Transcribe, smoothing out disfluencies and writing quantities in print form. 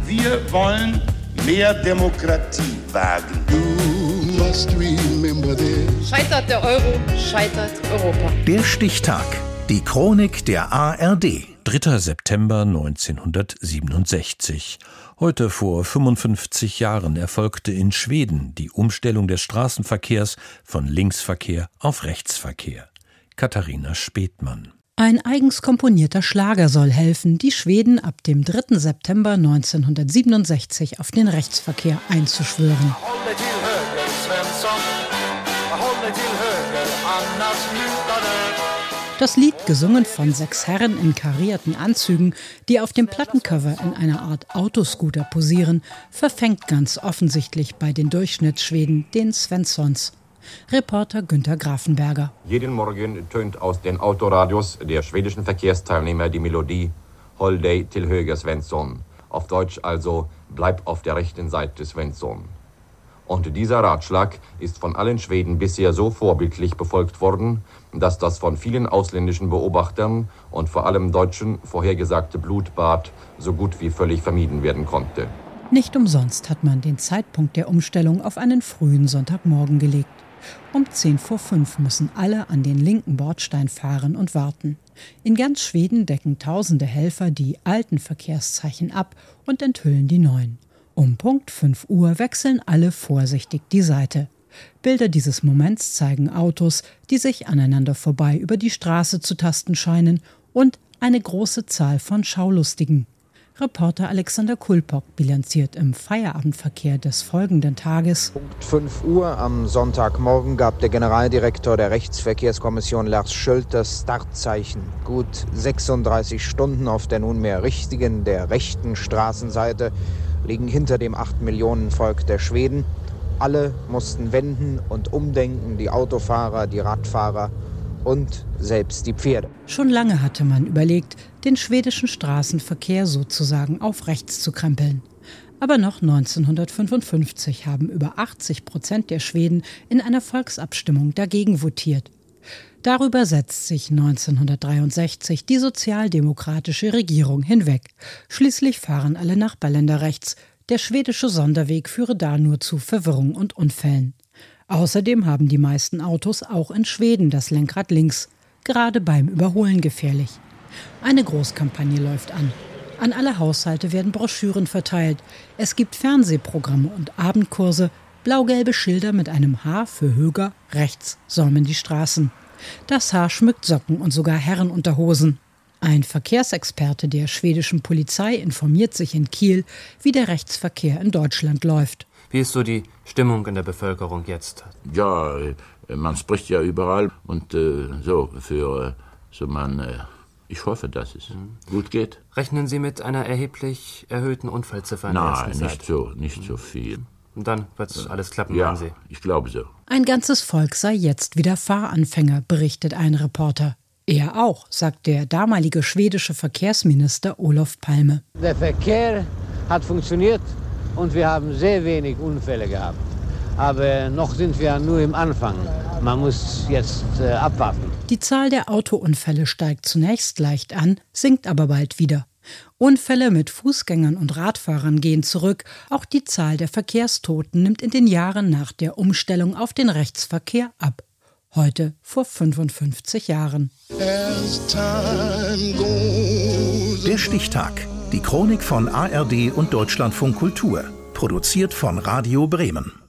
Wir wollen mehr Demokratie wagen. Scheitert der Euro, scheitert Europa. Der Stichtag. Die Chronik der ARD. 3. September 1967. Heute vor 55 Jahren erfolgte in Schweden die Umstellung des Straßenverkehrs von Linksverkehr auf Rechtsverkehr. Katharina Spethmann. Ein eigens komponierter Schlager soll helfen, die Schweden ab dem 3. September 1967 auf den Rechtsverkehr einzuschwören. Das Lied, gesungen von 6 Herren in karierten Anzügen, die auf dem Plattencover in einer Art Autoscooter posieren, verfängt ganz offensichtlich bei den Durchschnittsschweden, den Svenssons. Reporter Günther Grafenberger. Jeden Morgen tönt aus den Autoradios der schwedischen Verkehrsteilnehmer die Melodie Håll dig till höger Svensson. Auf Deutsch also, bleib auf der rechten Seite Svensson. Und dieser Ratschlag ist von allen Schweden bisher so vorbildlich befolgt worden, dass das von vielen ausländischen Beobachtern und vor allem Deutschen vorhergesagte Blutbad so gut wie völlig vermieden werden konnte. Nicht umsonst hat man den Zeitpunkt der Umstellung auf einen frühen Sonntagmorgen gelegt. Um 5:10 müssen alle an den linken Bordstein fahren und warten. In ganz Schweden decken tausende Helfer die alten Verkehrszeichen ab und enthüllen die neuen. Um Punkt 5 Uhr wechseln alle vorsichtig die Seite. Bilder dieses Moments zeigen Autos, die sich aneinander vorbei über die Straße zu tasten scheinen, und eine große Zahl von Schaulustigen. Reporter Alexander Kulpock bilanziert im Feierabendverkehr des folgenden Tages. Punkt 5 Uhr am Sonntagmorgen gab der Generaldirektor der Rechtsverkehrskommission Lars Schöld das Startzeichen. Gut 36 Stunden auf der nunmehr richtigen, der rechten Straßenseite liegen hinter dem 8-Millionen-Volk der Schweden. Alle mussten wenden und umdenken, die Autofahrer, die Radfahrer und selbst die Pferde. Schon lange hatte man überlegt, den schwedischen Straßenverkehr sozusagen auf rechts zu krempeln. Aber noch 1955 haben über 80% der Schweden in einer Volksabstimmung dagegen votiert. Darüber setzt sich 1963 die sozialdemokratische Regierung hinweg. Schließlich fahren alle Nachbarländer rechts. Der schwedische Sonderweg führe da nur zu Verwirrung und Unfällen. Außerdem haben die meisten Autos auch in Schweden das Lenkrad links. Gerade beim Überholen gefährlich. Eine Großkampagne läuft an. An alle Haushalte werden Broschüren verteilt. Es gibt Fernsehprogramme und Abendkurse. Blau-gelbe Schilder mit einem H für Höger, rechts säumen die Straßen. Das Haar schmückt Socken und sogar Herrenunterhosen. Ein Verkehrsexperte der schwedischen Polizei informiert sich in Kiel, wie der Rechtsverkehr in Deutschland läuft. Wie ist so die Stimmung in der Bevölkerung jetzt? Ja, man spricht ja überall und ich hoffe, dass es gut geht. Rechnen Sie mit einer erheblich erhöhten Unfallziffer in der ersten Zeit? Nein, nicht so viel. Und dann wird alles klappen, ja, meinen Sie? Ich glaube so. Ein ganzes Volk sei jetzt wieder Fahranfänger, berichtet ein Reporter. Er auch, sagt der damalige schwedische Verkehrsminister Olof Palme. Der Verkehr hat funktioniert und wir haben sehr wenig Unfälle gehabt. Aber noch sind wir nur im Anfang. Man muss jetzt abwarten. Die Zahl der Autounfälle steigt zunächst leicht an, sinkt aber bald wieder. Unfälle mit Fußgängern und Radfahrern gehen zurück. Auch die Zahl der Verkehrstoten nimmt in den Jahren nach der Umstellung auf den Rechtsverkehr ab. Heute vor 55 Jahren. Der Stichtag. Die Chronik von ARD und Deutschlandfunk Kultur. Produziert von Radio Bremen.